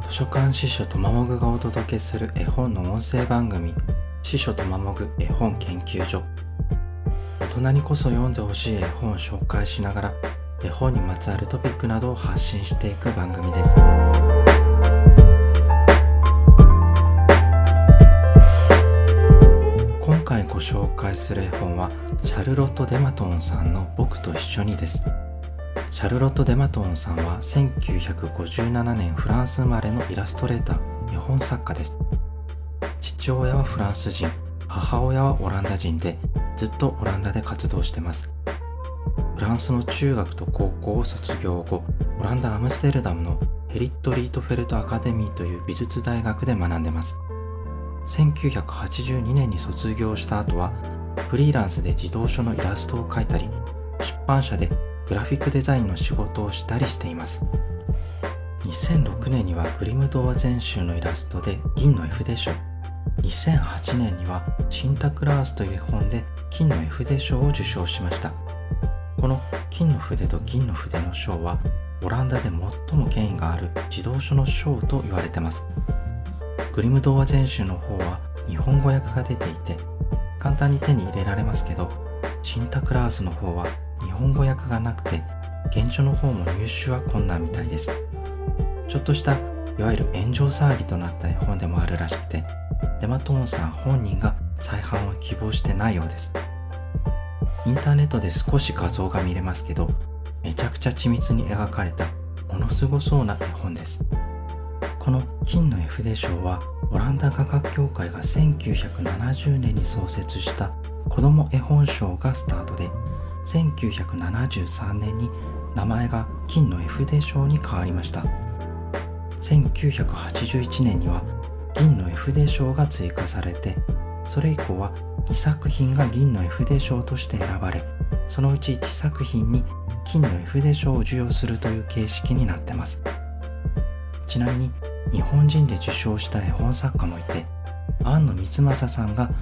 図書館司書とまもぐがお届けする絵本の音声番組、司書とまもぐ絵本研究所。大人にこそ読んでほしい絵本を紹介しながら、絵本にまつわるトピックなどを発信していく番組です。今回ご紹介する絵本はシャルロット・デマトンさんの僕と一緒にです。シャルロット・デマトンさんは1957年フランス生まれのイラストレーター、絵本作家です。父親はフランス人、母親はオランダ人で、ずっとオランダで活動してます。フランスの中学と高校を卒業後、オランダ・アムステルダムのヘリット・リートフェルト・アカデミーという美術大学で学んでます。1982年に卒業した後は、フリーランスで児童書のイラストを描いたり、出版社でグラフィックデザインの仕事をしたりしています。2006年にはグリム童話全集のイラストで銀の絵筆賞、2008年にはシンタクラースという絵本で金の絵筆賞を受賞しました。この金の筆と銀の筆の賞はオランダで最も権威がある児童書の賞と言われてます。グリム童話全集の方は日本語訳が出ていて簡単に手に入れられますけど、シンタクラースの方は日本語訳がなくて原書の方も入手は困難みたいです。ちょっとしたいわゆる炎上騒ぎとなった絵本でもあるらしくて、デマトーンさん本人が再販を希望してないようです。インターネットで少し画像が見れますけど、めちゃくちゃ緻密に描かれたものすごそうな絵本です。この金の絵筆賞はオランダ画学協会が1970年に創設した子ども絵本賞がスタートで、1973年に名前が金の絵筆賞に変わりました。1981年には銀の絵筆賞が追加されて、それ以降は2作品が銀の絵筆賞として選ばれ、そのうち1作品に金の絵筆賞を授与するという形式になってます。ちなみに日本人で受賞した絵本作家もいて、庵野光政さんが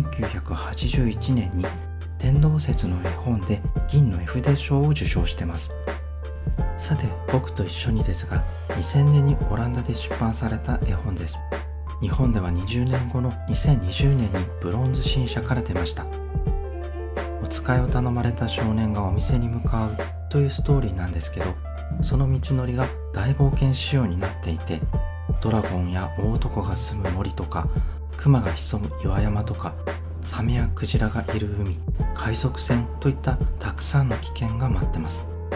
1981年に天動説の絵本で銀の絵筆賞を受賞してます。さて、僕と一緒にですが、2000年にオランダで出版された絵本です。日本では20年後の2020年にブロンズ新社から出ました。お使いを頼まれた少年がお店に向かうというストーリーなんですけど、その道のりが大冒険仕様になっていて、ドラゴンや大男が住む森とか、熊が潜む岩山とか、サメやクジラがいる海、海賊船といったたくさんの危険が待ってます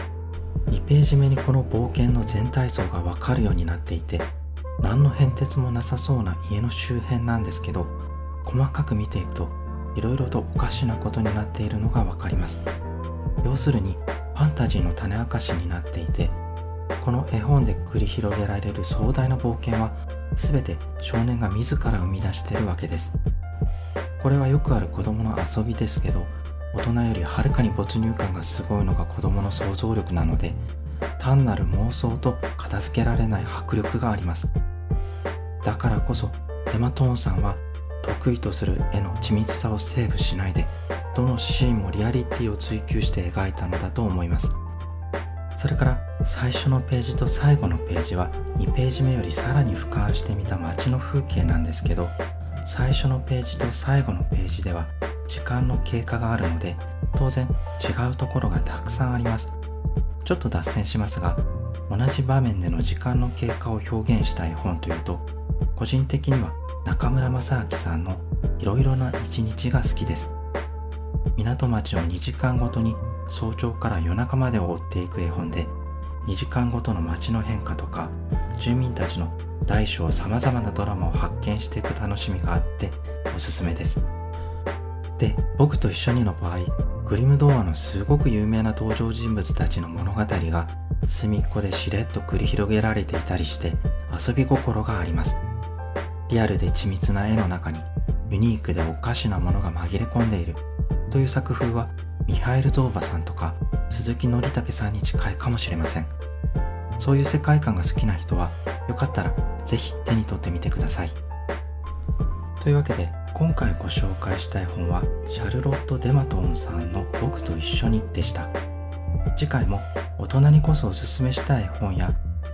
。2ページ目にこの冒険の全体像がわかるようになっていて、何の変哲もなさそうな家の周辺なんですけど、細かく見ていくといろいろとおかしなことになっているのがわかります。要するにファンタジーの種明かしになっていて、この絵本で繰り広げられる壮大な冒険は全て少年が自ら生み出しているわけです。これはよくある子供の遊びですけど、大人よりはるかに没入感がすごいのが子供の想像力なので、単なる妄想と片付けられない迫力があります。だからこそデマトーンさんは得意とする絵の緻密さをセーブしないで、どのシーンもリアリティを追求して描いたのだと思います。それから最初のページと最後のページは2ページ目よりさらに俯瞰してみた街の風景なんですけど、最初のページと最後のページでは時間の経過があるので、当然違うところがたくさんあります。ちょっと脱線しますが、同じ場面での時間の経過を表現した絵本というと、個人的には中村正明さんのいろいろな一日が好きです。港町を2時間ごとに早朝から夜中までを追っていく絵本で、2時間ごとの街の変化とか住民たちの大小さまざまなドラマを発見していく楽しみがあっておすすめです。で、僕と一緒にの場合、グリム童話のすごく有名な登場人物たちの物語が隅っこでしれっと繰り広げられていたりして遊び心があります。リアルで緻密な絵の中にユニークでおかしなものが紛れ込んでいるという作風はミハイル・ゾーバさんとか鈴木のりたけさんに近いかもしれません。そういう世界観が好きな人はよかったらぜひ手に取ってみてください。というわけで今回ご紹介した絵本はシャルロット・デマトーンさんの僕と一緒にでした。次回も大人にこそおすすめしたい絵本や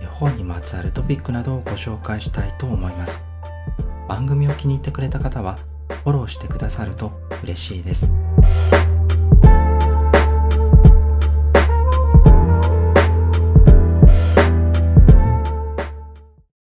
本にまつわるトピックなどをご紹介したいと思います。番組を気に入ってくれた方はフォローしてくださると嬉しいです。